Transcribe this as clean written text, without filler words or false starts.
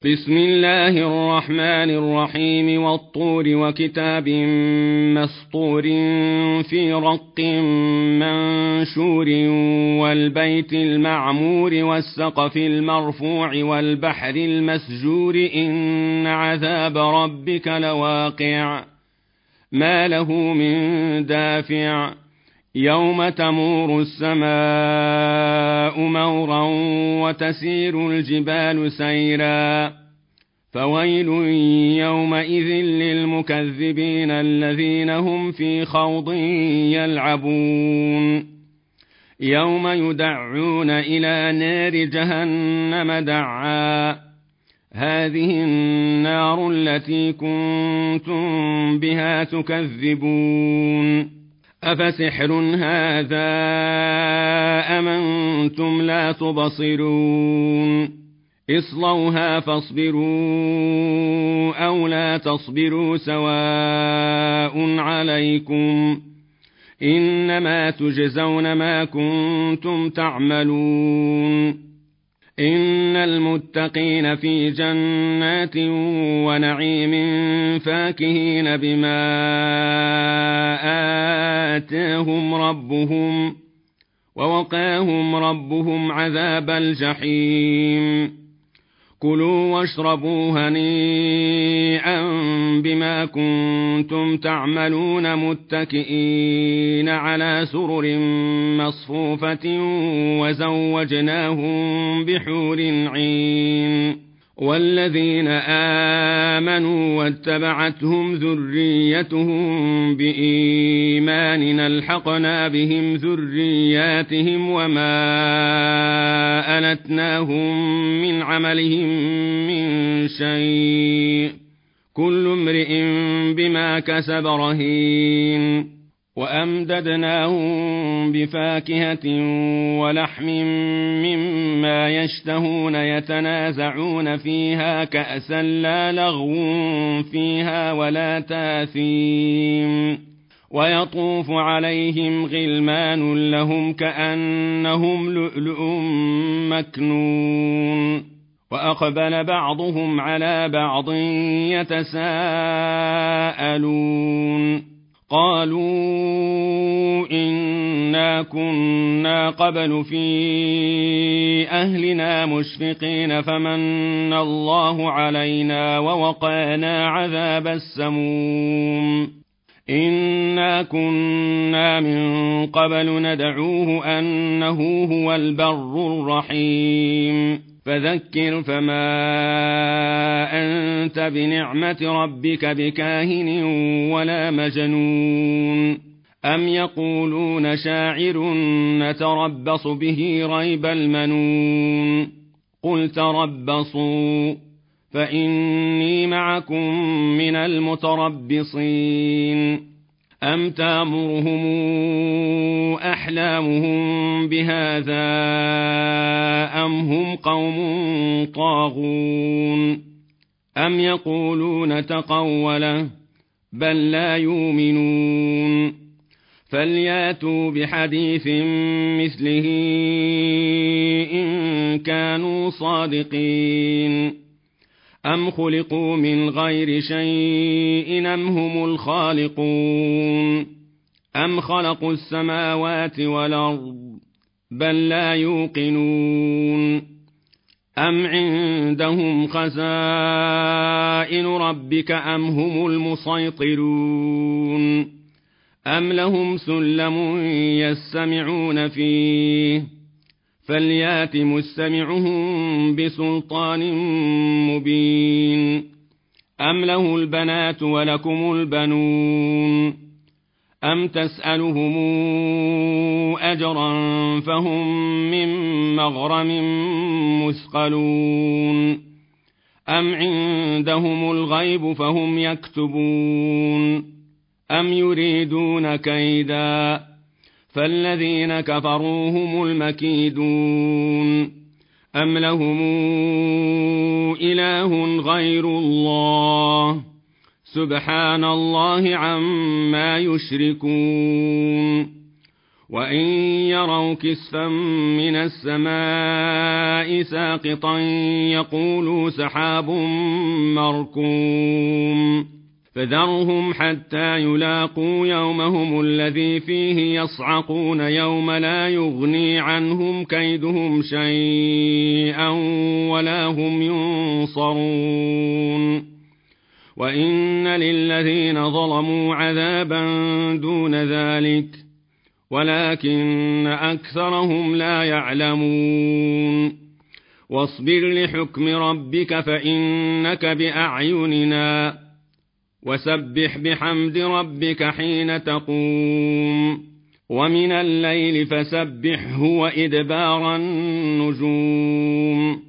بسم الله الرحمن الرحيم والطور وكتاب مسطور في رق منشور والبيت المعمور والسقف المرفوع والبحر المسجور إن عذاب ربك لواقع ما له من دافع يوم تمور السماء مورا وتسير الجبال سيرا فويل يومئذ للمكذبين الذين هم في خوض يلعبون يوم يدعون إلى نار جهنم دعا هذه النار التي كنتم بها تكذبون أفسحر هذا أم أنتم لا تبصرون اصلوها فاصبروا أو لا تصبروا سواء عليكم إنما تجزون ما كنتم تعملون إن المتقين في جنات ونعيم فاكهين بما آتاهم ربهم ووقاهم ربهم عذاب الجحيم كلوا واشربوا هنيئا بما كنتم تعملون متكئين على سرر مصفوفة وزوجناهم بحور عين والذين آمنوا واتبعتهم ذريتهم بإيمان ألحقنا بهم ذرياتهم وما ألتناهم من عملهم من شيء كل امرئ بما كسب رهين وأمددناهم بفاكهة ولحم مما يشتهون يتنازعون فيها كأسا لا لغو فيها ولا تاثيم ويطوف عليهم غلمان لهم كأنهم لؤلؤ مكنون وأقبل بعضهم على بعض يتساءلون قالوا إنا كنا قبل في أهلنا مشفقين فمن الله علينا ووقانا عذاب السموم إنا كنا من قبل ندعوه أنه هو البر الرحيم فذكر فما أنت بنعمة ربك بكاهن ولا مجنون أم يقولون شاعر نتربص به ريب المنون قل تربصوا فإني معكم من المتربصين أم تأمرهم أحلامهم بهذا أم هم قوم طاغون أم يقولون تقوله بل لا يؤمنون فلياتوا بحديث مثله إن كانوا صادقين أم خلقوا من غير شيء أم هم الخالقون أم خلقوا السماوات والأرض بل لا يوقنون أم عندهم خزائن ربك أم هم المسيطرون أم لهم سلم يستمعون فيه فليات مستمعهم بسلطان مبين أم له البنات ولكم البنون أم تسألهم أجرا فهم من مغرم مثقلون أم عندهم الغيب فهم يكتبون أم يريدون كيدا فالذين كفروا هم المكيدون أم لهم إله غير الله سبحان الله عما يشركون وإن يروا كسفا من السماء ساقطا يقولوا سحاب مركوم فذرهم حتى يلاقوا يومهم الذي فيه يصعقون يوم لا يغني عنهم كيدهم شيئا ولا هم ينصرون وإن للذين ظلموا عذابا دون ذلك ولكن أكثرهم لا يعلمون واصبر لحكم ربك فإنك بأعيننا وسبح بحمد ربك حين تقوم ومن الليل فسبحه وإدبار النجوم